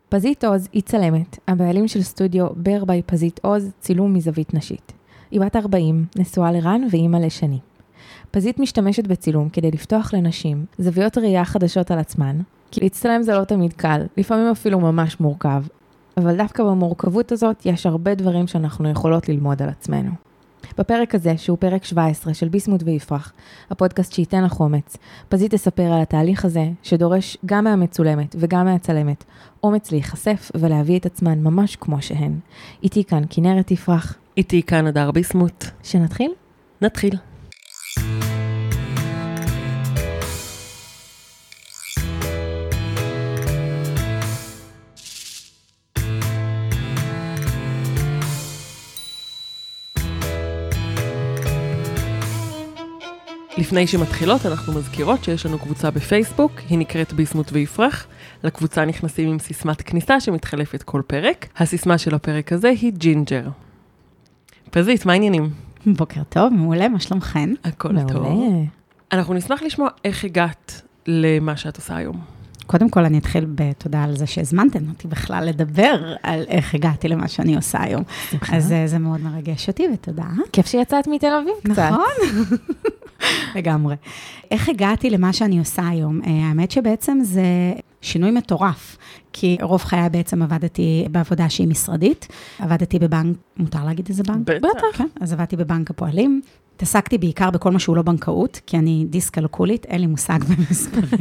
פזית עוז היא צלמת, הבעלים של סטודיו בר ביי פזית עוז, צילום מזווית נשית. היא בת 40, נשואה לרן ואימא לשני. פזית משתמשת בצילום כדי לפתוח לנשים זוויות ראייה חדשות על עצמן, כי להצטלם זה לא תמיד קל, לפעמים אפילו ממש מורכב, אבל דווקא במורכבות הזאת יש הרבה דברים שאנחנו יכולות ללמוד על עצמנו. בפרק הזה, שהוא פרק 17 של ביסמוט ויפרח, הפודקאסט שייתן לך אומץ, פזית תספר על התהליך הזה שדורש גם מהמצולמת וגם מהצלמת אומץ להיחשף ולהביא את עצמן ממש כמו שהן. איתי כאן כנרת יפרח. איתי כאן הדר ביסמוט. שנתחיל? נתחיל. לפני שמתחילות, אנחנו מזכירות שיש לנו קבוצה בפייסבוק, היא נקראת ביסמוט ויפרח. לקבוצה נכנסים עם סיסמת כניסה שמתחלפת כל פרק. הסיסמה של הפרק הזה היא ג'ינג'ר. פזית, מה העניינים? בוקר טוב, מעולה, מה שלומכן? הכל מעולה. טוב. אנחנו נשמח לשמוע איך הגעת למה שאת עושה היום. קודם כל אני אתחיל בתודה על זה שהזמנתם אותי בכלל לדבר על איך הגעתי למה שאני עושה היום. אז זה מאוד מרגש אותי ותודה. כיף שיצאת מתל אביב קצת. נכון. לגמרי. איך הגעתי למה שאני עושה היום? האמת שבעצם זה שינוי מטורף, כי רוב חיי בעצם עבדתי בעבודה שהיא משרדית, עבדתי בבנק, מותר להגיד איזה בנק? בטח. כן, אז עבדתי בבנק הפועלים, התעסקתי בעיקר בכל מה שהוא לא בנקאות, כי אני דיסקלקולית, אין לי מושג במספרים.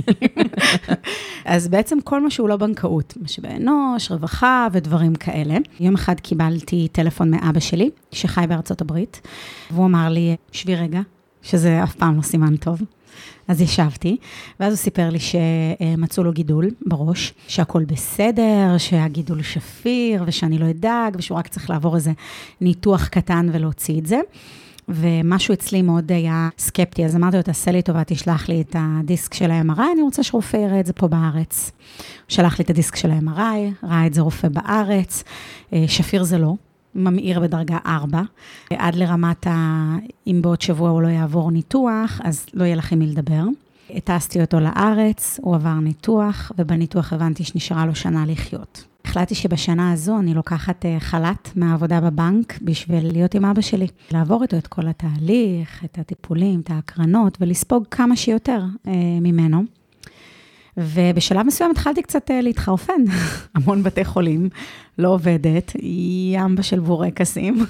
אז בעצם כל מה שהוא לא בנקאות, משאבי אנוש, רווחה ודברים כאלה. יום אחד קיבלתי טלפון מאבא שלי, שחי בארצות הברית, והוא אמר לי, שבי רגע, שזה אף פעם לא סימן טוב. אז ישבתי, ואז הוא סיפר לי שמצאו לו גידול בראש, שהכל בסדר, שהגידול שפיר, ושאני לא אדאג, ושהוא רק צריך לעבור איזה ניתוח קטן ולהוציא את זה. ומשהו אצלי מאוד היה סקפטי, אז אמרתי לו, תעשה לי טובה, תשלח לי את הדיסק של ה-MRI, אני רוצה שרופא יראה את זה פה בארץ. הוא שלח לי את הדיסק של ה-MRI, ראה את זה רופא בארץ, שפיר זה לא. ממאיר בדרגה 4, עד לרמת אם בעוד שבוע הוא לא יעבור ניתוח, אז לא יהיה לכם מי לדבר. הטסתי אותו לארץ, הוא עבר ניתוח, ובניתוח הבנתי שנשארה לו שנה לחיות. החלטתי שבשנה הזו אני לוקחת חל"ת מהעבודה בבנק, בשביל להיות עם אבא שלי. לעבור איתו את כל התהליך, את הטיפולים, את ההקרנות, ולספוג כמה שיותר ממנו. ובשלב מסוים התחלתי קצת להתחרפן, המון בתי חולים, לא עובדת, ימבה של בורקסים,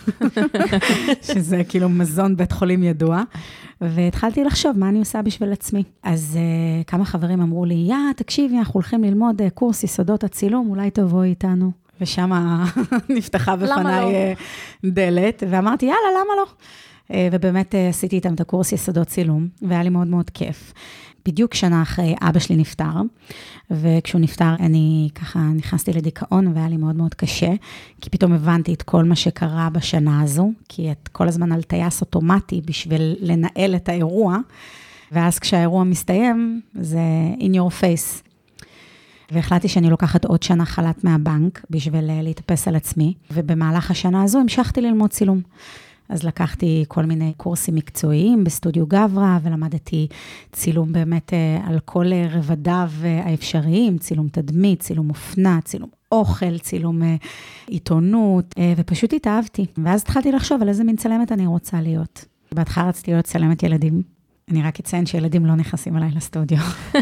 שזה כאילו מזון בית חולים ידוע, והתחלתי לחשוב מה אני עושה בשביל עצמי. אז כמה חברים אמרו לי, תקשיבי, אנחנו הולכים ללמוד קורס יסודות הצילום, אולי תבואי איתנו. ושם נפתחה בפניי דלת, ואמרתי, יאללה, למה לא? ובאמת עשיתי איתם את הקורס יסודות צילום, והיה לי מאוד מאוד כיף. בדיוק שנה אחרי אבא שלי נפטר, וכשהוא נפטר אני ככה נכנסתי לדיכאון, והיה לי מאוד מאוד קשה, כי פתאום הבנתי את כל מה שקרה בשנה הזו, כי את כל הזמן על טייס אוטומטי בשביל לנהל את האירוע, ואז כשהאירוע מסתיים, זה in your face. והחלטתי שאני לוקחת עוד שנה חל"ת מהבנק, בשביל להתאפס על עצמי, ובמהלך השנה הזו המשכתי ללמוד צילום. אז לקחתי כל מיני קורסים מקצועיים בסטודיו גברה, ולמדתי צילום באמת על כל רבדיו האפשריים, צילום תדמית, צילום אופנה, צילום אוכל, צילום עיתונות, ופשוט התאהבתי. ואז התחלתי לחשוב על איזה מין צלמת אני רוצה להיות. בהתחלה רציתי להיות צלמת ילדים. אני רק אציין שילדים לא נכנסים אליי לסטודיו.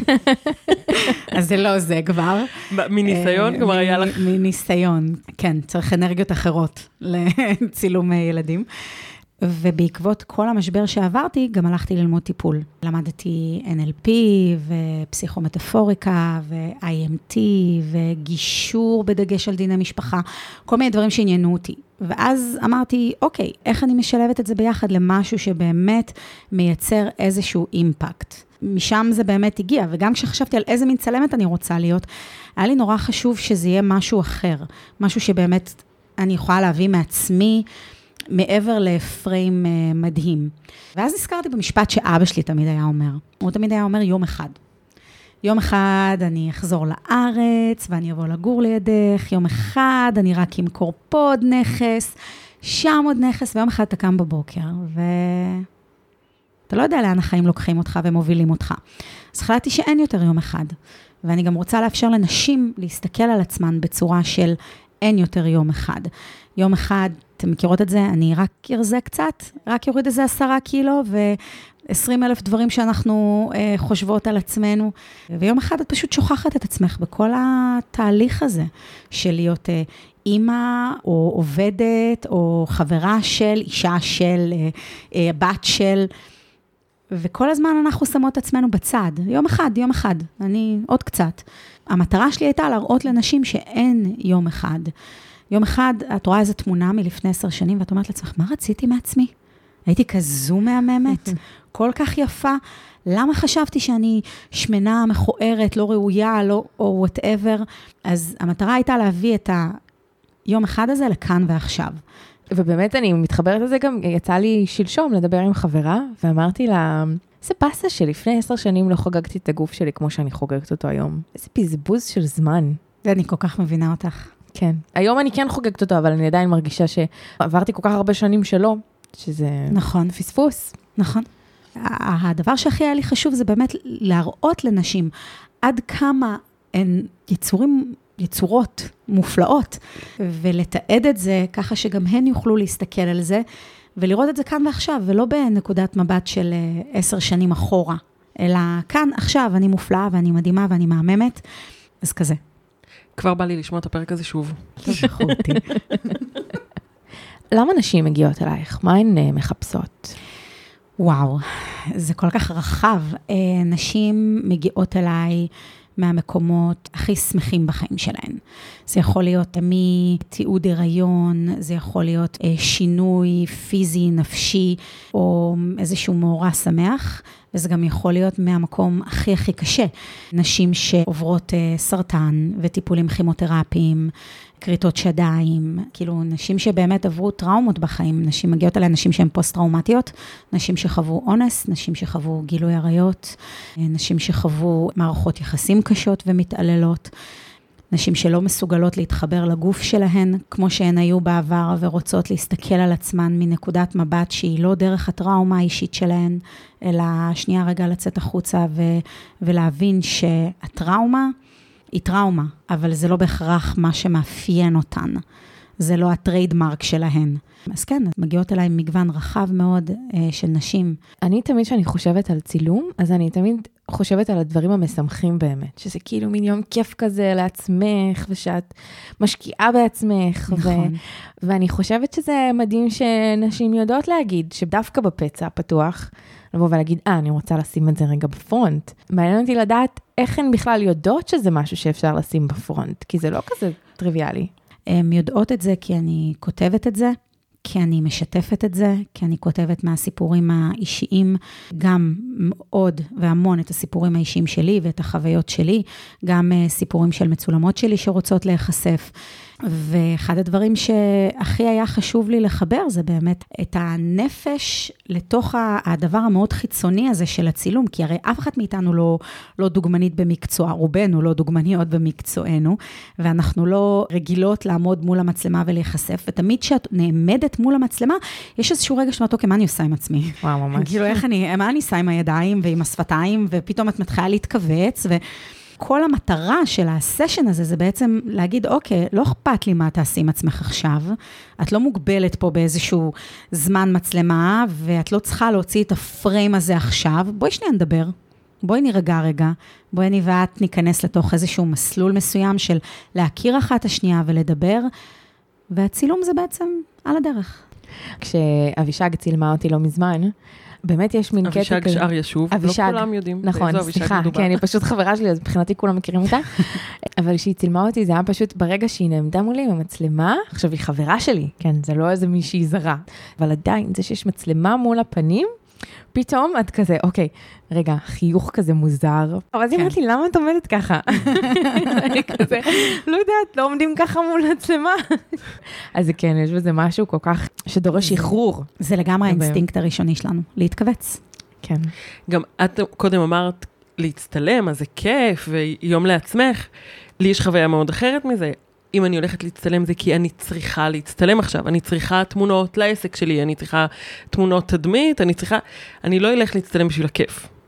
אז זה לא זה כבר. מניסיון? כלומר היה לך... מניסיון, כן, צריך אנרגיות אחרות לצילום ילדים. ובעקבות כל המשבר שעברתי, גם הלכתי ללמוד טיפול. למדתי NLP ופסיכומטאפוריקה ו-IMT וגישור בדגש על דיני משפחה, כל מיני דברים שעניינו אותי. ואז אמרתי, אוקיי, איך אני משלבת את זה ביחד למשהו שבאמת מייצר איזשהו אימפקט. משם זה באמת הגיע, וגם כשחשבתי על איזה מין צלמת אני רוצה להיות, היה לי נורא חשוב שזה יהיה משהו אחר, משהו שבאמת אני יכולה להביא מעצמי, מעבר לפריים מדהים. ואז נזכרתי במשפט שאבא שלי תמיד היה אומר. הוא תמיד היה אומר יום אחד. יום אחד אני אחזור לארץ, ואני אבוא לגור לידך. יום אחד אני רק אמכור פה עוד נכס, שם עוד נכס, ויום אחד אתה קם בבוקר, ואתה לא יודע לאן החיים לוקחים אותך ומובילים אותך. אז החלטתי שאין יותר יום אחד. ואני גם רוצה לאפשר לנשים להסתכל על עצמן בצורה של אין יותר יום אחד. יום אחד, אתם מכירות את זה, אני רק ארזה קצת, רק יוריד איזה 10 קילו, ו20,000 דברים שאנחנו חושבות על עצמנו, ויום אחד את פשוט שוכחת את עצמך בכל התהליך הזה, של להיות אימא, או עובדת, או חברה של, אישה של, בת של, וכל הזמן אנחנו שמות עצמנו בצד, יום אחד, אני עוד קצת. המטרה שלי הייתה להראות לנשים שאין יום אחד. יום אחד, את רואה איזו תמונה מלפני 10 שנים, ואת אומרת לעצמך, מה רציתי מעצמי? הייתי כזו מהממת, כל כך יפה. למה חשבתי שאני שמנה, מכוערת, לא ראויה, לא, או whatever? אז המטרה הייתה להביא את היום אחד הזה לכאן ועכשיו. ובאמת אני מתחברת לזה גם, יצא לי שלשום לדבר עם חברה, ואמרתי לה, זה פסה שלפני 10 שנים לא חוגגתי את הגוף שלי כמו שאני חוגגת אותו היום. איזה בזבוז של זמן. ואני כל כך מבינה אותך. כן. היום אני כן חוגגת אותו, אבל אני עדיין מרגישה שעברתי כל כך הרבה שנים שלא, שזה נכון. פספוס. נכון. הדבר שהכי היה לי חשוב זה באמת להראות לנשים עד כמה הן יצורות מופלאות, ולתעד את זה ככה שגם הן יוכלו להסתכל על זה, ולראות את זה כאן ועכשיו, ולא בנקודת מבט של 10 שנים אחורה, אלא כאן, עכשיו, אני מופלאה, ואני מדהימה, ואני מהממת, אז כזה. כבר בא לי לשמוע את הפרק הזה שוב. תשכחו אותי. למה נשים מגיעות אלייך? מה הן מחפשות? וואו, זה כל כך רחב. נשים מגיעות אליי מהמקומות הכי שמחים בחיים שלהן. זה יכול להיות מתיעוד הריון, זה יכול להיות שינוי פיזי, נפשי, או איזשהו מאורע שמח, וזה גם יכול להיות מהמקום הכי הכי קשה. נשים שעוברות סרטן וטיפולים כימותרפיים, קריטות שדיים, כאילו נשים שבאמת עברו טראומות בחיים, נשים מגיעות אליי, נשים שהן פוסט-טראומטיות, נשים שחוו אונס, נשים שחוו גילוי עריות, נשים שחוו מערכות יחסים קשות ומתעללות, נשים שלא מסוגלות להתחבר לגוף שלהן, כמו שהן היו בעבר, ורוצות להסתכל על עצמן מנקודת מבט שהיא לא דרך הטראומה האישית שלהן, אלא שנייה רגע לצאת החוצה ולהבין שהטראומה היא טראומה, אבל זה לא בהכרח מה שמאפיין אותן. זה לא הטריידמרק שלהן. אז כן, מגיעות אליי מגוון רחב מאוד של נשים. אני תמיד שאני חושבת על צילום, אז אני תמיד חושבת על הדברים המשמחים באמת, שזה כאילו מין יום כיף כזה לעצמך, ושאת משקיעה בעצמך. נכון. ואני חושבת שזה מדהים שנשים יודעות להגיד, שדווקא בפצע פתוח, לבוא ולהגיד, אני רוצה לשים את זה רגע בפרונט. מעניין אותי לדעת איך הן בכלל יודעות שזה משהו שאפשר לשים בפרונט, כי זה לא כזה טריוויאלי. הן יודעות את זה כי אני כותבת את זה, כי אני משתפת את זה, כי אני כותבת מהסיפורים האישיים, גם מאוד והמון את הסיפורים האישיים שלי ואת החוויות שלי, גם סיפורים של מצולמות שלי שרוצות להיחשף. ואחד הדברים שהכי היה חשוב לי לחבר, זה באמת את הנפש לתוך הדבר המאוד חיצוני הזה של הצילום, כי הרי אף אחד מאיתנו לא דוגמנית במקצוע, רובנו לא דוגמניות במקצוענו, ואנחנו לא רגילות לעמוד מול המצלמה ולהיחשף, ותמיד כשאת נעמדת מול המצלמה, יש איזשהו רגע שאומרת, אוקיי, מה אני עושה עם עצמי? וואו, ממש. כאילו, מה אני עושה עם הידיים ועם השפתיים, ופתאום את מתחילה להתכווץ, כל המטרה של הסשן הזה, זה בעצם להגיד, אוקיי, לא אכפת לי מה תעשי עם עצמך עכשיו, את לא מוגבלת פה באיזשהו זמן מצלמה, ואת לא צריכה להוציא את הפריים הזה עכשיו, בואי שנייה נדבר, בואי נרגע רגע, בואי אני ואת ניכנס לתוך איזשהו מסלול מסוים של להכיר אחת השנייה ולדבר, והצילום זה בעצם על הדרך. כשאבישג צילמה אותי לא מזמן, באמת יש מין קטע כזה. אבישג שאר ישוב, לא כולם יודעים. נכון, סליחה, כן, היא פשוט חברה שלי, אז מבחינתי כולם מכירים אותה. אבל כשהיא צילמה אותי, זה היה פשוט ברגע שהיא נעמדה מולי במצלמה, עכשיו היא חברה שלי, כן, זה לא איזה מישהי זרה. אבל עדיין, זה שיש מצלמה מול הפנים, פתאום את כזה, אוקיי, רגע, חיוך כזה מוזר. אבל אז היא אמרת לי, למה את עומדת ככה? אני כזה, לא יודעת, לא עומדים ככה מול מצלמה. אז כן, יש בזה משהו כל כך שדורש שחרור. זה לגמרי האינסטינקט הראשוני שלנו, להתכווץ. כן. גם את קודם אמרת להצטלם, אז זה כיף, ויום לעצמך. לי יש חוויה מאוד אחרת מזה. אם אני הולכת להצטלם זה כי אני צריכה להצטלם עכשיו, אני צריכה תמונות לעסק שלי, אני צריכה תמונות תדמית, אני לא אלך להצטלם בשביל הכיף.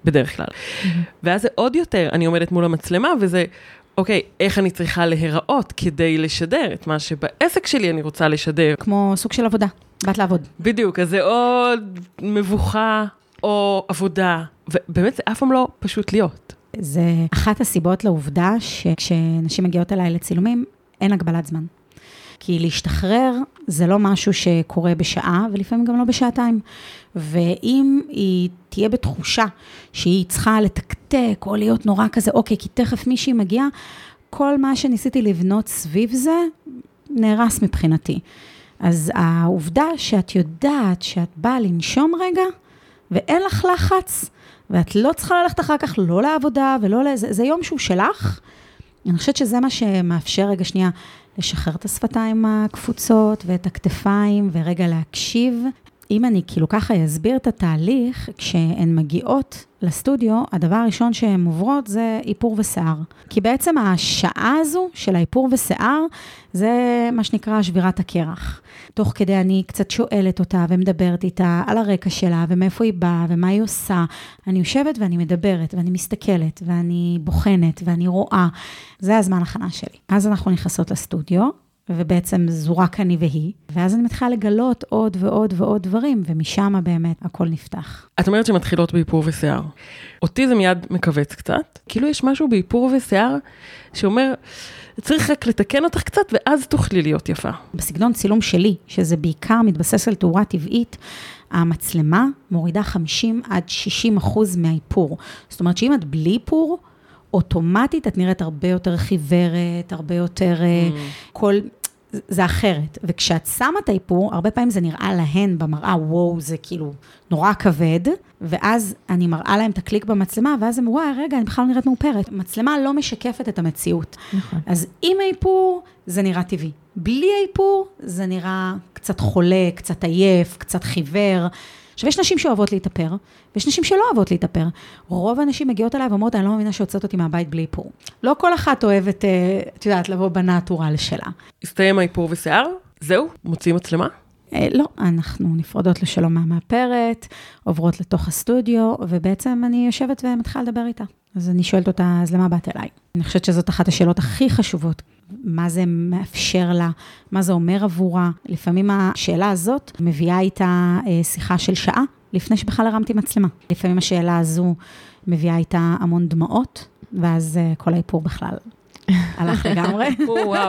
בדרך כלל. ואז זה עוד יותר, אני עומדת מול המצלמה, וזה, אוקיי, איך אני צריכה להיראות כדי לשדר את מה שבעסק שלי אני רוצה לשדר. כמו סוג של עבודה, באת לעבוד. בדיוק, אז זה עוד מבוכה או עבודה, ובאמת זה אף פעם לא פשוט להיות. זה אחת הסיבות לעובדה שכשנשים מגיעות אליי לצילומים, אין הגבלת זמן. כי להשתחרר זה לא משהו שקורה בשעה, ולפעמים גם לא בשעתיים. ואם היא תהיה בתחושה שהיא צריכה לתקתק, או להיות נורא כזה, אוקיי, כי תכף מישהי מגיעה, כל מה שניסיתי לבנות סביב זה, נהרס מבחינתי. אז העובדה שאת יודעת שאת באה לנשום רגע, ואין לך לחץ, ואת לא צריכה ללכת אחר כך לא לעבודה, ולא זה יום שהוא שלך, אני חושבת שזה מה שמאפשר רגע שנייה, לשחרר את השפתיים הקפוצות ואת הכתפיים ורגע להקשיב. אם אני כאילו ככה אסביר את התהליך, כשהן מגיעות לסטודיו, הדבר הראשון שהן עוברות זה איפור ושיער. כי בעצם השעה הזו של האיפור ושיער, זה מה שנקרא שבירת הקרח. תוך כדי אני קצת שואלת אותה ומדברת איתה על הרקע שלה ומאיפה היא באה ומה היא עושה. אני יושבת ואני מדברת ואני מסתכלת ואני בוחנת ואני רואה. זה הזמן הכנה שלי. אז אנחנו נכנסות לסטודיו, ובעצם זו רק אני והיא, ואז אני מתחילה לגלות עוד ועוד ועוד דברים, ומשם באמת הכל נפתח. את אומרת שמתחילות באיפור ושיער. אותי זה מיד מקווץ קצת, כאילו יש משהו באיפור ושיער שאומר, צריך רק לתקן אותך קצת, ואז תוכלי להיות יפה. בסגנון צילום שלי, שזה בעיקר מתבסס על תאורה טבעית, המצלמה מורידה 50-60% מהאיפור. זאת אומרת שאם את בלי איפור, אוטומטית את נראית הרבה יותר חיוורת, הרבה יותר זה אחרת. וכשאת שמה את האיפור, הרבה פעמים זה נראה להן במראה, וואו, זה כאילו נורא כבד, ואז אני מראה להם את הקליק במצלמה, ואז הם, וואי, רגע, אני בכלל נראית מאופרת. מצלמה לא משקפת את המציאות. נכון. אז עם האיפור, זה נראה טבעי. בלי האיפור, זה נראה קצת חולה, קצת עייף, קצת חיוור. עכשיו, יש נשים שאוהבות להתאפר, ויש נשים שלא אוהבות להתאפר. רוב האנשים מגיעות אליי ואומרות, אני לא מאמינה שהוצאת אותי מהבית בלי איפור. לא כל אחת אוהבת, את יודעת, לבוא בנטורל שלה. הסתיים האיפור ושיער? זהו? מוציאים מצלמה? לא, אנחנו נפרדות לשלום מהמאפרת, עוברות לתוך הסטודיו, ובעצם אני יושבת ומתחילה לדבר איתה. אז אני שואלת אותה, אז למה באת אליי? אני חושבת שזאת אחת השאלות הכי חשובות. מה זה מאפשר לה, מה זה אומר עבורה. לפעמים השאלה הזאת מביאה איתה שיחה של שעה, לפני שבכלל הרמתי מצלמה. לפעמים השאלה הזו מביאה איתה המון דמעות, ואז כל האיפור בכלל הלך לגמרי. וואו.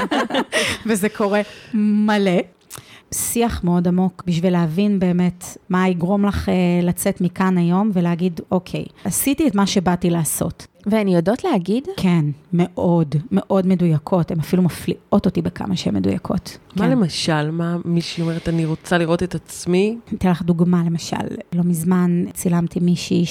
וזה קורה מלא. שיח מאוד עמוק בשביל להבין באמת מה יגרום לך לצאת מכאן היום ולהגיד, אוקיי, עשיתי את מה שבאתי לעשות. ואני יודעות להגיד? כן, מאוד, מאוד מדויקות. הן אפילו מפליאות אותי בכמה שהן מדויקות. מה כן. למשל? מה מישהי אומרת, אני רוצה לראות את עצמי? אתן לך דוגמה, למשל. לא מזמן צילמתי מישהי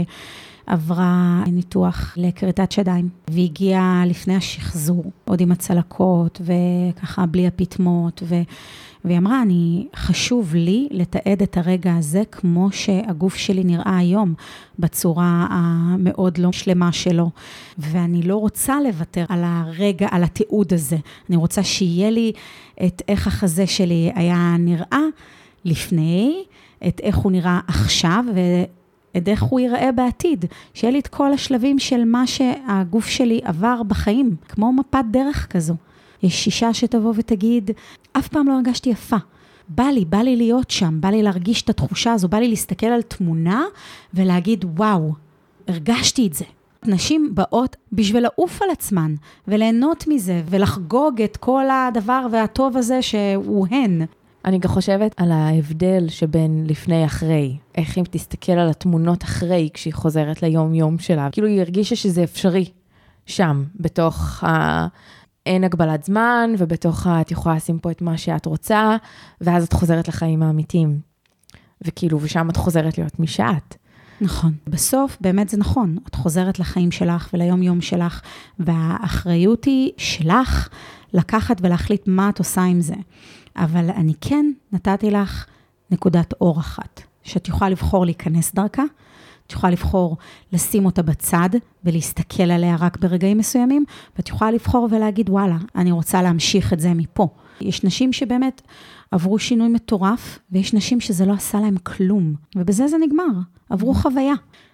שעברה ניתוח לכריתת שדיים, והגיעה לפני השחזור, עוד עם הצלקות, וככה בלי הפתמות, והיא אמרה, חשוב לי לתעד את הרגע הזה, כמו שהגוף שלי נראה היום, בצורה המאוד לא שלמה שלו. ואני לא רוצה לוותר על הרגע, על התיעוד הזה. אני רוצה שיהיה לי את איך החזה שלי היה נראה לפני, את איך הוא נראה עכשיו, ואת איך הוא ייראה בעתיד. שיהיה לי את כל השלבים של מה שהגוף שלי עבר בחיים, כמו מפת דרך כזו. יש אישה שתבוא ותגיד, אף פעם לא הרגשתי יפה. בא לי להיות שם, בא לי להרגיש את התחושה הזו, בא לי להסתכל על תמונה ולהגיד, וואו, הרגשתי את זה. נשים באות בשביל לעוף על עצמן וליהנות מזה ולחגוג את כל הדבר והטוב הזה שהוא הן. אני גם חושבת על ההבדל שבין לפני אחרי. איך אם תסתכל על התמונות אחרי כשהיא חוזרת ליום יום שלה. כאילו היא הרגישה שזה אפשרי שם, בתוך אין הגבלת זמן, ובתוך את יכולה לשים פה את מה שאת רוצה, ואז את חוזרת לחיים האמיתיים. וכאילו, ושם את חוזרת להיות מי שאת. נכון. בסוף, באמת זה נכון. את חוזרת לחיים שלך וליום יום שלך, והאחריות היא שלך לקחת ולהחליט מה את עושה עם זה. אבל אני כן נתתי לך נקודת אור אחת, שאת יכולה לבחור להיכנס דרכה, את יכולה לבחור לשים אותה בצד, ולהסתכל עליה רק ברגעים מסוימים, ואת יכולה לבחור ולהגיד, וואלה, אני רוצה להמשיך את זה מפה. יש נשים שבאמת עברו שינוי מטורף, ויש נשים שזה לא עשה להם כלום, ובזה זה נגמר, עברו חוויה.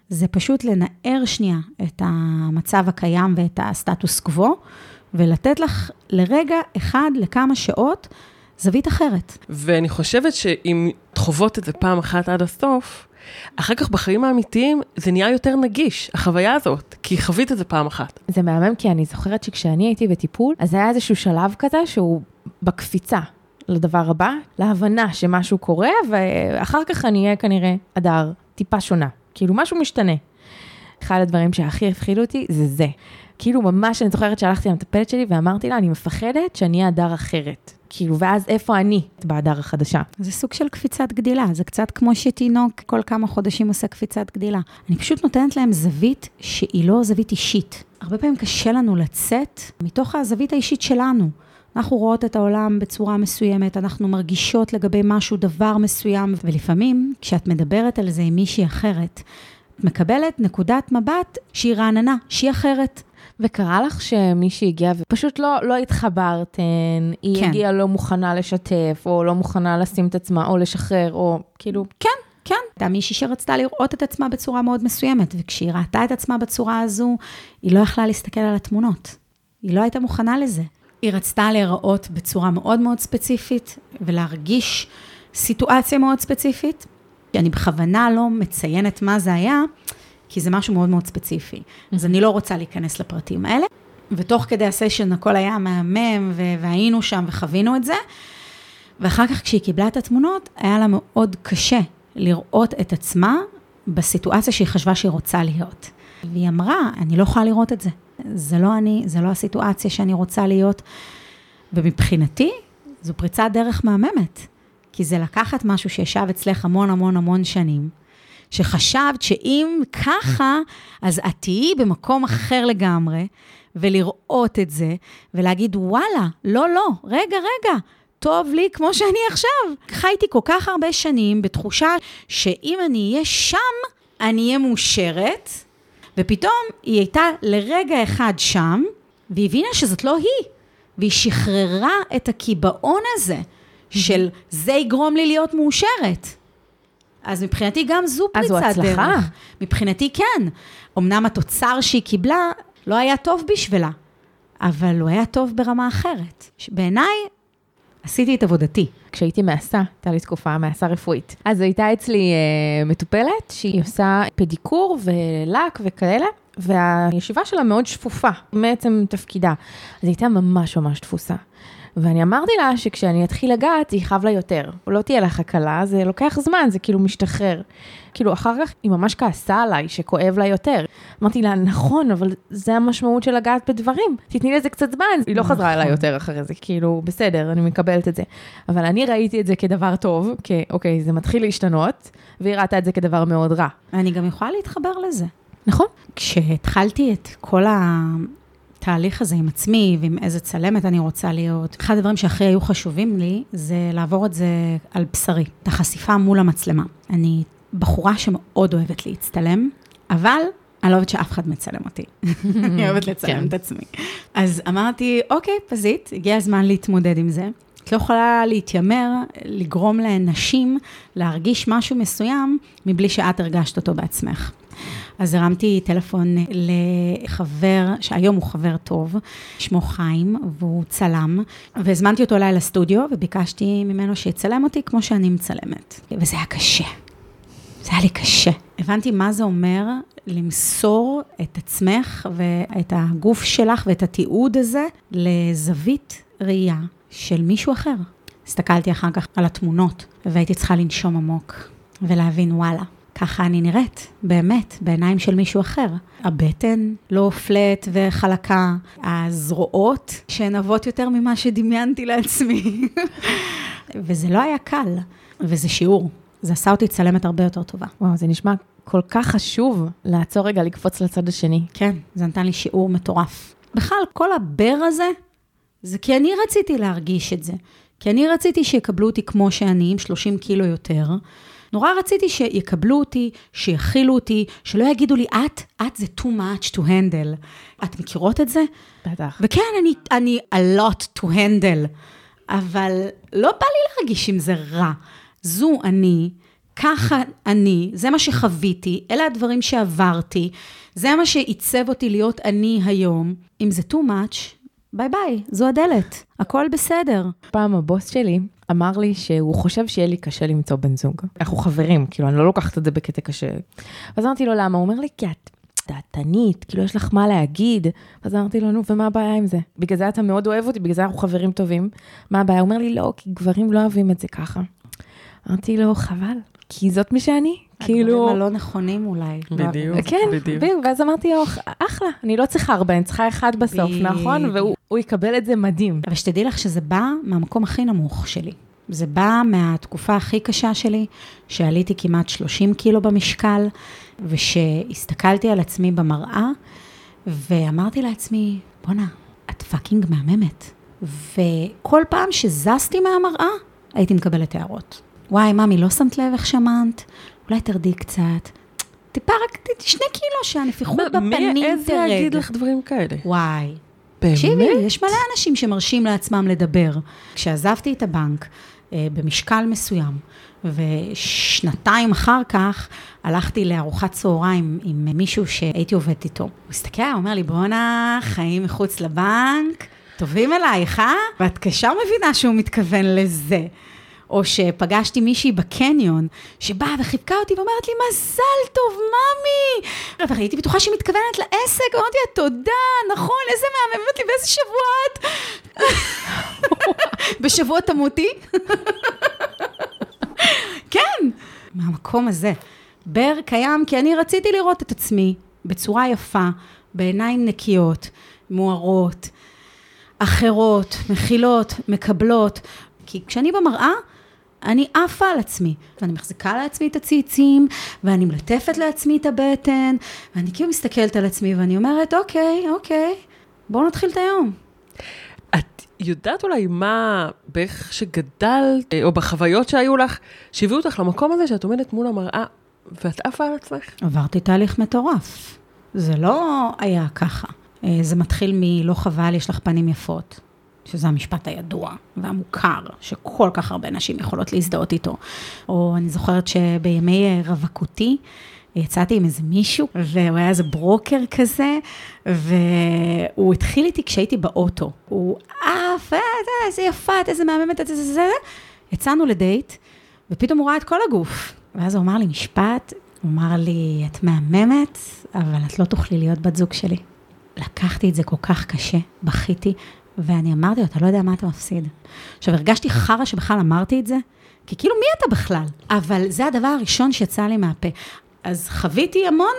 זה פשוט לנער שנייה את המצב הקיים ואת הסטטוס קוו, ולתת לך לרגע אחד, לכמה שעות, זווית אחרת. ואני חושבת שאם תחוות את זה פעם אחת עד הסוף, אחר כך בחיים האמיתיים זה נהיה יותר נגיש, החוויה הזאת, כי חווית את זה פעם אחת. זה מהמם, כי אני זוכרת שכשאני הייתי בטיפול, אז היה איזשהו שלב כזה שהוא בקפיצה לדבר הבא, להבנה שמשהו קורה, ואחר כך אני אהיה כנראה אדר טיפה שונה. כאילו משהו משתנה. אחד הדברים שהכי הפחידו אותי זה. כאילו ממש אני זוכרת שהלכתי למטפלת שלי ואמרתי לה, אני מפחדת שאני אהיה אדר אחרת. כאילו, ואז איפה אני באדר החדשה? זה סוג של קפיצת גדילה, זה קצת כמו שתינוק כל כמה חודשים עושה קפיצת גדילה. אני פשוט נותנת להם זווית שהיא לא זווית אישית. הרבה פעמים קשה לנו לצאת מתוך הזווית האישית שלנו. אנחנו רואות את העולם בצורה מסוימת, אנחנו מרגישות לגבי משהו, דבר מסוים, ולפעמים כשאת מדברת על זה עם מישהי אחרת, את מקבלת נקודת מבט שהיא רעננה, שהיא אחרת. וקרה לך שמישהי הגיעה ופשוט לא התחברתן, היא הגיעה לא מוכנה לשתף, או לא מוכנה לשים את עצמה, או לשחרר, או כאילו... כן. הייתה מישהי שרצתה לראות את עצמה בצורה מאוד מסוימת, וכשהיא ראתה את עצמה בצורה הזו, היא לא יכלה להסתכל על התמונות. היא לא הייתה מוכנה לזה. היא רצתה להיראות בצורה מאוד מאוד ספציפית, ולהרגיש סיטואציה מאוד ספציפית. אני בכוונה לא מציינת מה זה היה, כי זה משהו מאוד מאוד ספציפי. אז אני לא רוצה להיכנס לפרטים האלה. ותוך כדי הסשן הכל היה מהמם, והיינו שם וחווינו את זה. ואחר כך כשהיא קיבלה את התמונות, היה לה מאוד קשה לראות את עצמה בסיטואציה שהיא חשבה שהיא רוצה להיות. והיא אמרה, אני לא יכולה לראות את זה. זה לא אני, זה לא הסיטואציה שאני רוצה להיות. ומבחינתי, זו פריצת דרך מהממת. כי זה לקחת משהו שישב אצלך המון המון המון שנים, שחשבת שאם ככה, אז את תהיי במקום אחר לגמרי, ולראות את זה, ולהגיד, וואלה, לא, רגע, טוב לי כמו שאני עכשיו. חייתי כל כך הרבה שנים בתחושה שאם אני אהיה שם, אני אהיה מאושרת, ופתאום היא הייתה לרגע אחד שם, והיא הבינה שזאת לא היא, והיא שחררה את הקיבעון הזה, של זה יגרום לי להיות מאושרת. אז מבחינתי גם זו פריצת דרך. אז הוא הצלחה. מבחינתי כן. אמנם התוצר שהיא קיבלה לא היה טוב בשבילה, אבל הוא היה טוב ברמה אחרת. בעיניי, עשיתי את עבודתי. כשהייתי מעשה, הייתה לי תקופה מעשה רפואית. אז הייתה אצלי מטופלת שהיא עושה פדיקור ולק וכאלה, והישיבה שלה מאוד שפופה, בעצם תפקידה. אז היא הייתה ממש ממש תפוסה. ואני אמרתי לה שכשאני אתחיל לגעת, היא יכאב לה יותר. לא תהיה לך הקלה, זה לוקח זמן, זה כאילו משתחרר. כאילו אחר כך היא ממש כעסה עליי שכואב לה יותר. אמרתי לה, נכון, אבל זה המשמעות של לגעת בדברים. תתני לזה קצת זמן. היא לא חזרה אליי יותר אחרי זה, כאילו בסדר, אני מקבלת את זה. אבל אני ראיתי את זה כדבר טוב, אוקיי, זה מתחיל להשתנות, והיא ראתה את זה כדבר מאוד רע. אני גם יכולה להתחבר לזה. נכון? כשהתחלתי את כל התהליך הזה עם עצמי, ועם איזה צלמת אני רוצה להיות, אחד הדברים שהכי היו חשובים לי, זה לעבור את זה על בשרי, את החשיפה מול המצלמה. אני בחורה שמאוד אוהבת להצטלם, אבל אני לא אוהבת שאף אחד מצלם אותי. אני אוהבת לצלם את עצמי. אז אמרתי, אוקיי, פזית, הגיע הזמן להתמודד עם זה. את לא יכולה להתיימר, לגרום לאנשים להרגיש משהו מסוים, מבלי שאת הרגשת אותו בעצמך. אז הרמתי טלפון לחבר, שהיום הוא חבר טוב, שמו חיים, והוא צלם, והזמנתי אותו אליי לסטודיו, וביקשתי ממנו שיצלם אותי כמו שאני מצלמת. וזה היה קשה. זה היה לי קשה. הבנתי מה זה אומר למסור את עצמך, ואת הגוף שלך, ואת התיעוד הזה, לזווית ראייה של מישהו אחר. הסתכלתי אחר כך על התמונות, והייתי צריכה לנשום עמוק, ולהבין וואלה. ככה אני נראית, באמת, בעיניים של מישהו אחר. הבטן לא פלט וחלקה, הזרועות שנבות יותר ממה שדמיינתי לעצמי. וזה לא היה קל, וזה שיעור. זה עשה אותי צלמת הרבה יותר טובה. וואו, זה נשמע כל כך חשוב לעצור רגע, לקפוץ לצד השני. כן, זה נתן לי שיעור מטורף. בכלל, כל הבר הזה, זה כי אני רציתי להרגיש את זה. כי אני רציתי שיקבלו אותי כמו שאני, עם 30 קילו יותר, נורא רציתי שיקבלו אותי, שיכילו אותי, שלא יגידו לי, את זה too much to handle. את מכירות את זה? בטח. וכן, אני a lot to handle, אבל לא בא לי להרגיש אם זה רע. זו אני, ככה אני, זה מה שחוויתי, אלה הדברים שעברתי, זה מה שעיצב אותי להיות אני היום. אם זה too much, ביי ביי, זו הדלת, הכל בסדר. פעם הבוס שלי אמר לי שהוא חושב שיהיה לי קשה למצוא בן זוג. אנחנו חברים, כאילו, אני לא לוקחת את זה בקטע קשה. אז אמרתי לו, למה? הוא אומר לי, כי את דעתנית, כאילו, יש לך מה להגיד. אז אמרתי לו, נו, ומה הבעיה עם זה? בגלל זה אתה מאוד אוהב אותי, בגלל זה אנחנו חברים טובים. מה הבעיה? הוא אומר לי, לא, כי גברים לא אוהבים את זה ככה. אמרתי לו, חבל, כי זאת מי שאני. הדברים הלא נכונים אולי. בדיוק, כן, בדיוק. ואז אמרתי לו, אחלה, אני לא צריכה הרבה, אני צריכה אחד בסוף, נכון? והוא יקבל את זה מדהים. אבל שתדעי לך שזה בא מהמקום הכי נמוך שלי. זה בא מהתקופה הכי קשה שלי, שעליתי כמעט 30 קילו במשקל, ושהסתכלתי על עצמי במראה, ואמרתי לעצמי, בונה, את פאקינג מהממת. וכל פעם שזזתי מהמראה, הייתי מקבלת הערות. וואי, ממי, לא שמת לב איך שמנת? אולי תרדי קצת. טיפה רק 2 קילו שהנפיחות בפנים תרד. מי איזה להגיד לך דברים כאלה? וואי. באמת? תקשיבי, יש מלא אנשים שמרשים לעצמם לדבר. כשעזבתי את הבנק במשקל מסוים, ושנתיים אחר כך הלכתי לארוחת צהריים עם מישהו שהייתי עובדת איתו. הוא הסתכל, הוא אומר לי, בונה, חיים מחוץ לבנק, טובים אלייך, ואת קשה מבינה שהוא מתכוון לזה. או שפגשתי מישהי בקניון, שבאה וחיבקה אותי ואומרת לי, מזל טוב, ממי. והייתי בטוחה שהיא מתכוונת לעסק, ואמרתי לה, תודה, נכון, איזה מהממת לי, באיזה שבוע את? בשבוע תמותי? כן, מהמקום הזה. בר קיים, כי אני רציתי לראות את עצמי בצורה יפה, בעיניים נקיות, מוארות, אחרות, מכילות, מקבלות, כי כשאני במראה, אני עפה על עצמי, ואני מחזיקה לעצמי את הציצים, ואני מלטפת לעצמי את הבטן, ואני כאילו מסתכלת על עצמי, ואני אומרת, אוקיי, בואו נתחיל את היום. את יודעת אולי מה, באיך שגדלת, או בחוויות שהיו לך, שהביאו אותך למקום הזה, שאת עומדת מול המראה, ואת עפה על עצמך? עברתי תהליך מטורף. זה לא היה ככה. זה מתחיל מלא חבל, יש לך פנים יפות. שזה המשפט הידוע והמוכר, שכל כך הרבה נשים יכולות להזדהות איתו. או אני זוכרת שבימי רווקותי, יצאתי עם איזה מישהו, והוא היה איזה ברוקר כזה, והוא התחיל איתי כשהייתי באוטו. הוא, איזה יפת, איזה מהממת, איזה. יצאנו לדייט, ופתאום הוא ראה את כל הגוף. ואז הוא אמר לי משפט, הוא אמר לי, את מהממת, אבל את לא תוכלי להיות בת זוג שלי. לקחתי את זה כל כך קשה, בכיתי, ואני אמרתי לו, אתה לא יודע מה אתה מפסיד. עכשיו, הרגשתי חרה שבכלל אמרתי את זה, כי כאילו מי אתה בכלל? אבל זה הדבר הראשון שיצא לי מהפה. אז חוויתי המון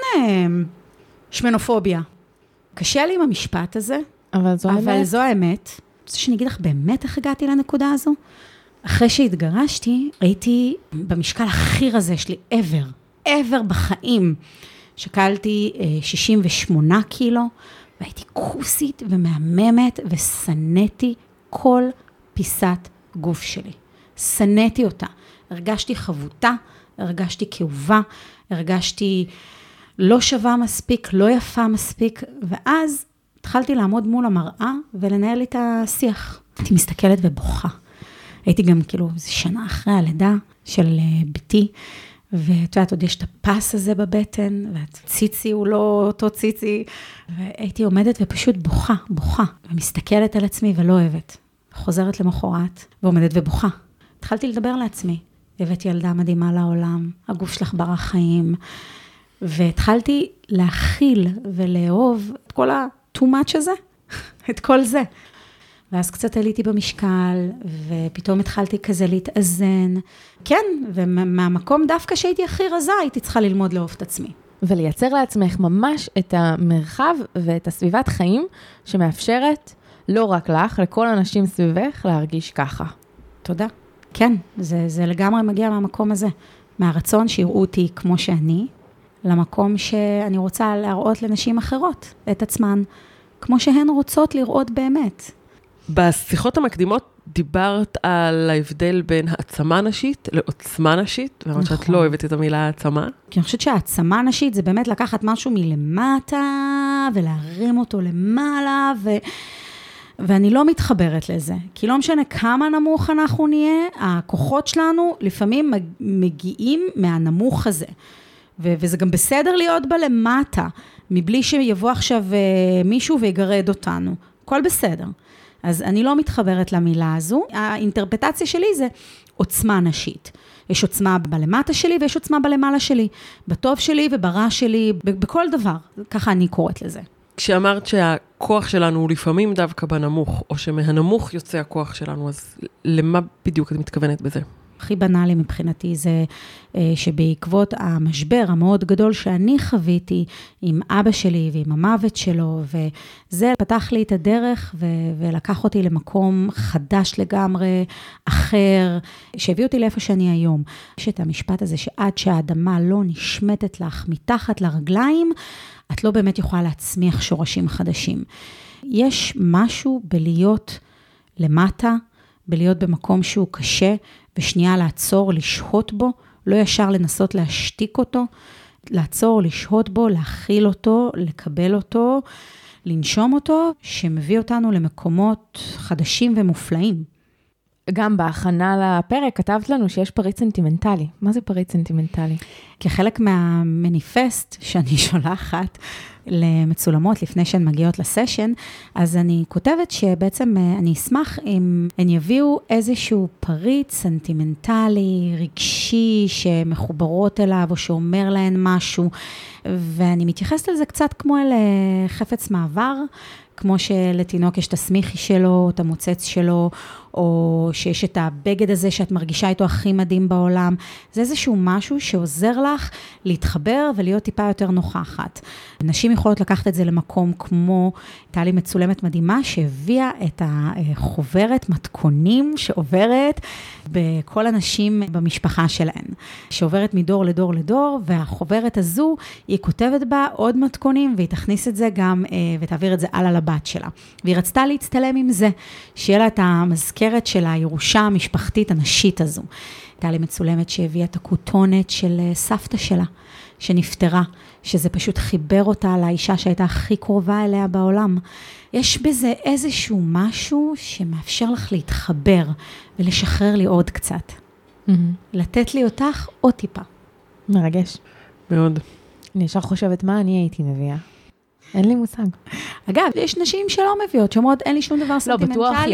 שמנופוביה. קשה לי עם המשפט הזה, אבל זו האמת. רוצה שאני אגיד לך באמת איך הגעתי לנקודה הזו? אחרי שהתגרשתי, הייתי במשקל הכי רזה שלי, ever בחיים. שקלתי 68 קילו, והייתי כוסית ומהממת, ושנאתי כל פיסת גוף שלי. שנאתי אותה. הרגשתי חבוטה, הרגשתי כאובה, הרגשתי לא שווה מספיק, לא יפה מספיק, ואז התחלתי לעמוד מול המראה ולנהל את השיח. הייתי מסתכלת ובוכה. הייתי גם כאילו שנה אחרי הלידה של ביתי, ואת יודעת, עוד יש את הפס הזה בבטן, והציצי הוא לא אותו ציצי, והייתי עומדת ופשוט בוכה, ומסתכלת על עצמי ולא אוהבת. חוזרת למחרת, ועומדת ובוכה. התחלתי לדבר לעצמי, הבאתי ילדה מדהימה לעולם, הגוף שלך ברח חיים, והתחלתי להכיל ולאהוב את כל ה-too much הזה, את כל זה. ואז קצת עליתי במשקל, ופתאום התחלתי כזה להתאזן. כן, ומהמקום דווקא שהייתי הכי רזה, הייתי צריכה ללמוד לאהוב את עצמי. ולייצר לעצמך ממש את המרחב ואת הסביבת חיים, שמאפשרת לא רק לך, לכל אנשים סביבך, להרגיש ככה. תודה. כן, זה לגמרי מגיע מהמקום הזה. מהרצון שיראו אותי כמו שאני, למקום שאני רוצה להראות לנשים אחרות את עצמן, כמו שהן רוצות לראות באמת. בשיחות המקדימות דיברת על ההבדל בין העצמה נשית לעוצמה נשית, ואמרת שאת לא אוהבת את המילה העצמה. כי אני חושבת שהעצמה נשית זה באמת לקחת משהו מלמטה, ולהרים אותו למעלה, ואני לא מתחברת לזה, כי לא משנה כמה נמוך אנחנו נהיה, הכוחות שלנו לפעמים מגיעים מהנמוך הזה, וזה גם בסדר להיות בה למטה, מבלי שיבוא עכשיו מישהו ויגרד אותנו, הכל בסדר. אז אני לא מתחברת למילה הזו, האינטרפטציה שלי זה עוצמה נשית. יש עוצמה בלמטה שלי ויש עוצמה בלמעלה שלי, בטוב שלי וברע שלי, בכל דבר, ככה אני קוראת לזה. כשאמרת שהכוח שלנו הוא לפעמים דווקא בנמוך, או שמהנמוך יוצא הכוח שלנו, אז למה בדיוק את מתכוונת בזה? הכי בנאלי מבחינתי זה שבעקבות המשבר המאוד גדול שאני חוויתי עם אבא שלי ועם המוות שלו, וזה פתח לי את הדרך ולקח אותי למקום חדש לגמרי, אחר, שהביא אותי לאיפה שאני היום. יש את המשפט הזה שעד שהאדמה לא נשמטת לך מתחת לרגליים, את לא באמת יכולה להצמיח שורשים חדשים. יש משהו בלהיות למטה, בלהיות במקום שהוא קשה, ושנייה לעצור, לשהות בו, לא ישר לנסות להשתיק אותו, לעצור, לשהות בו, להכיל אותו, לקבל אותו, לנשום אותו, שמביא אותנו למקומות חדשים ומופלאים. גם בהכנה לפרק כתבת לנו שיש פריט סנטימנטלי. מה זה פריט סנטימנטלי? כחלק מהמניפסט שאני שולחת למצולמות לפני שהן מגיעות לסשן, אז אני כותבת שבעצם אני אשמח אם הן יביאו איזשהו פריט סנטימנטלי, רגשי, שמחוברות אליו או שאומר להן משהו, ואני מתייחסת על זה קצת כמו אל חפץ מעבר, כמו שלתינוק יש את הסמיכי שלו, את המוצץ שלו, או שיש את הבגד הזה שאת מרגישה איתו הכי מדהים בעולם. זה איזשהו משהו שעוזר לך להתחבר ולהיות טיפה יותר נוכחת. נשים יכולות לקחת את זה למקום כמו, הייתה לי מצולמת מדהימה שהביאה את החוברת מתכונים שעוברת בכל הנשים במשפחה שלהן, שעוברת מדור לדור לדור, והחוברת הזו היא כותבת בה עוד מתכונים, והיא תכניס את זה גם ותעביר את זה הלאה לבת שלה. והיא רצתה להצטלם עם זה, שיהיה לה את המזכרת של הירושה המשפחתית הנשית הזו. הייתה לי מצולמת שהביאה את הכותונת של סבתא שלה, שנפטרה, שזה פשוט חיבר אותה לאישה שהייתה הכי קרובה אליה בעולם. יש בזה איזשהו משהו שמאפשר לך להתחבר ולשחרר לי עוד קצת. לתת לי אותך עוד טיפה. מרגש. מאוד. אני ישר חושבת מה אני הייתי מביאה. אין לי מושג. אגב, יש נשים שלא מביאות, שאומרות, אין לי שום דבר סנטימנטלי,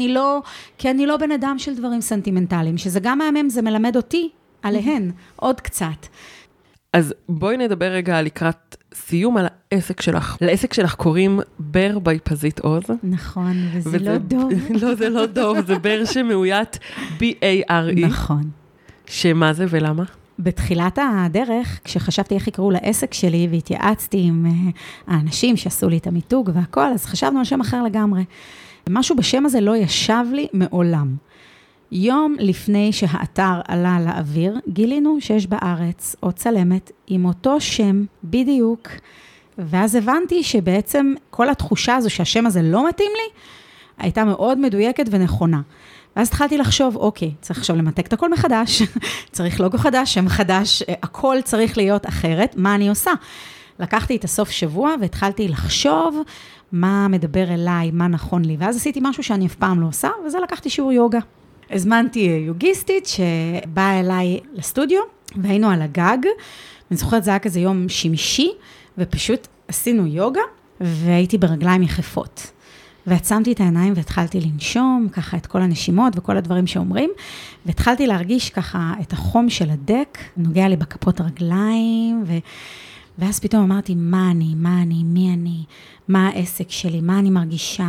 כי אני לא בן אדם של דברים סנטימנטליים, שזה גם מהמם, זה מלמד אותי עליהן עוד קצת. אז בואי נדבר רגע לקראת סיום על העסק שלך. לעסק שלך קוראים בר by פזית עוז. נכון, וזה לא דוב. לא, זה לא דוב, זה בר שמאוית B-A-R-E. נכון. שמה זה ולמה? בתחילת הדרך, כשחשבתי איך יקראו לעסק שלי, והתייעצתי עם האנשים שעשו לי את המיתוג והכל, אז חשבנו על שם אחר לגמרי. משהו בשם הזה לא ישב לי מעולם. יום לפני שהאתר עלה לאוויר, גילינו שיש בארץ עוד צלמת עם אותו שם בדיוק, ואז הבנתי שבעצם כל התחושה הזו שהשם הזה לא מתאים לי, הייתה מאוד מדויקת ונכונה. ואז התחלתי לחשוב, אוקיי, צריך עכשיו למתק את הכל מחדש, צריך לוגו חדש, שם חדש, הכל צריך להיות אחרת, מה אני עושה? לקחתי את הסוף שבוע והתחלתי לחשוב מה מדבר אליי, מה נכון לי, ואז עשיתי משהו שאני אף פעם לא עושה, וזה לקחתי שיעור יוגה. הזמנתי יוגיסטית שבאה אליי לסטודיו, והיינו על הגג, ואני זוכרת זה היה כזה יום שמשי, ופשוט עשינו יוגה, והייתי ברגליים יחפות. ועצמתי את העיניים והתחלתי לנשום, ככה את כל הנשימות וכל הדברים שאומרים, והתחלתי להרגיש ככה את החום של הדק, נוגע לי בכפות הרגליים, ואז פתאום אמרתי, מה אני, מי אני, מה העסק שלי, מה אני מרגישה,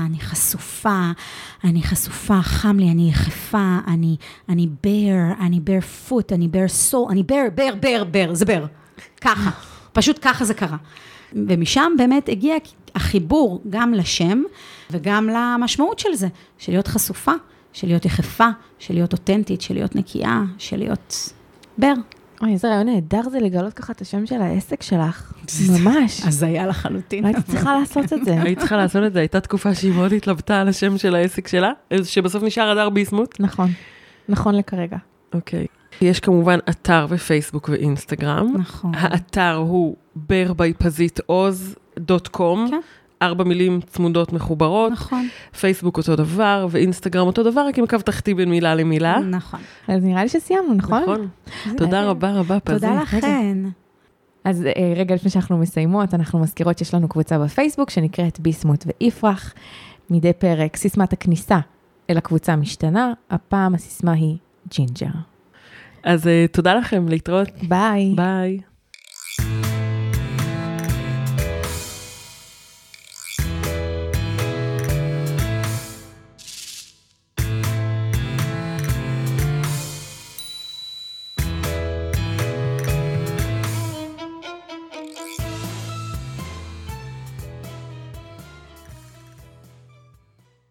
אני חשופה, חם לי, אני יחפה, אני bare foot, אני bare soul, אני bare, זה bare, ככה, פשוט ככה זה קרה. ומשם באמת הגיע החיבור גם לשם, וגם למשמעות של זה, של להיות חשופה, של להיות יחפה, של להיות אותנטית, של להיות נקייה, של להיות בר. אוי, איזה רעיון נהדר זה לגלות ככה את השם של העסק שלך. ממש. אז זה היה לחלוטין. הייתי צריכה לעשות את זה. היית צריכה לעשות את זה, הייתה תקופה שהיא מאוד התלבטה על השם של העסק שלה, שבסוף נשאר הדר ביסמוט. נכון לכרגע. אוקיי. יש כמובן אתר ופייסבוק ואינסטגרם. נכון. האתר הוא berbypazitOz.com. כן. 4 מילים צמודות מחוברות. נכון. פייסבוק אותו דבר, ואינסטגרם אותו דבר, רק עם קו תחתי בין מילה למילה. נכון. אז נראה לי שסיימנו, נכון? נכון. תודה רבה, פזית. תודה לכן. אז רגע לפני שאנחנו מסיימות, אנחנו מזכירות שיש לנו קבוצה בפייסבוק שנקראת ביסמוט ויפרח. מדי פרק סיסמת הכניסה אל הקבוצה משתנה, הפעם הסיסמה היא ג'ינג'ר. אז תודה לכם, להתראות. ביי. ביי.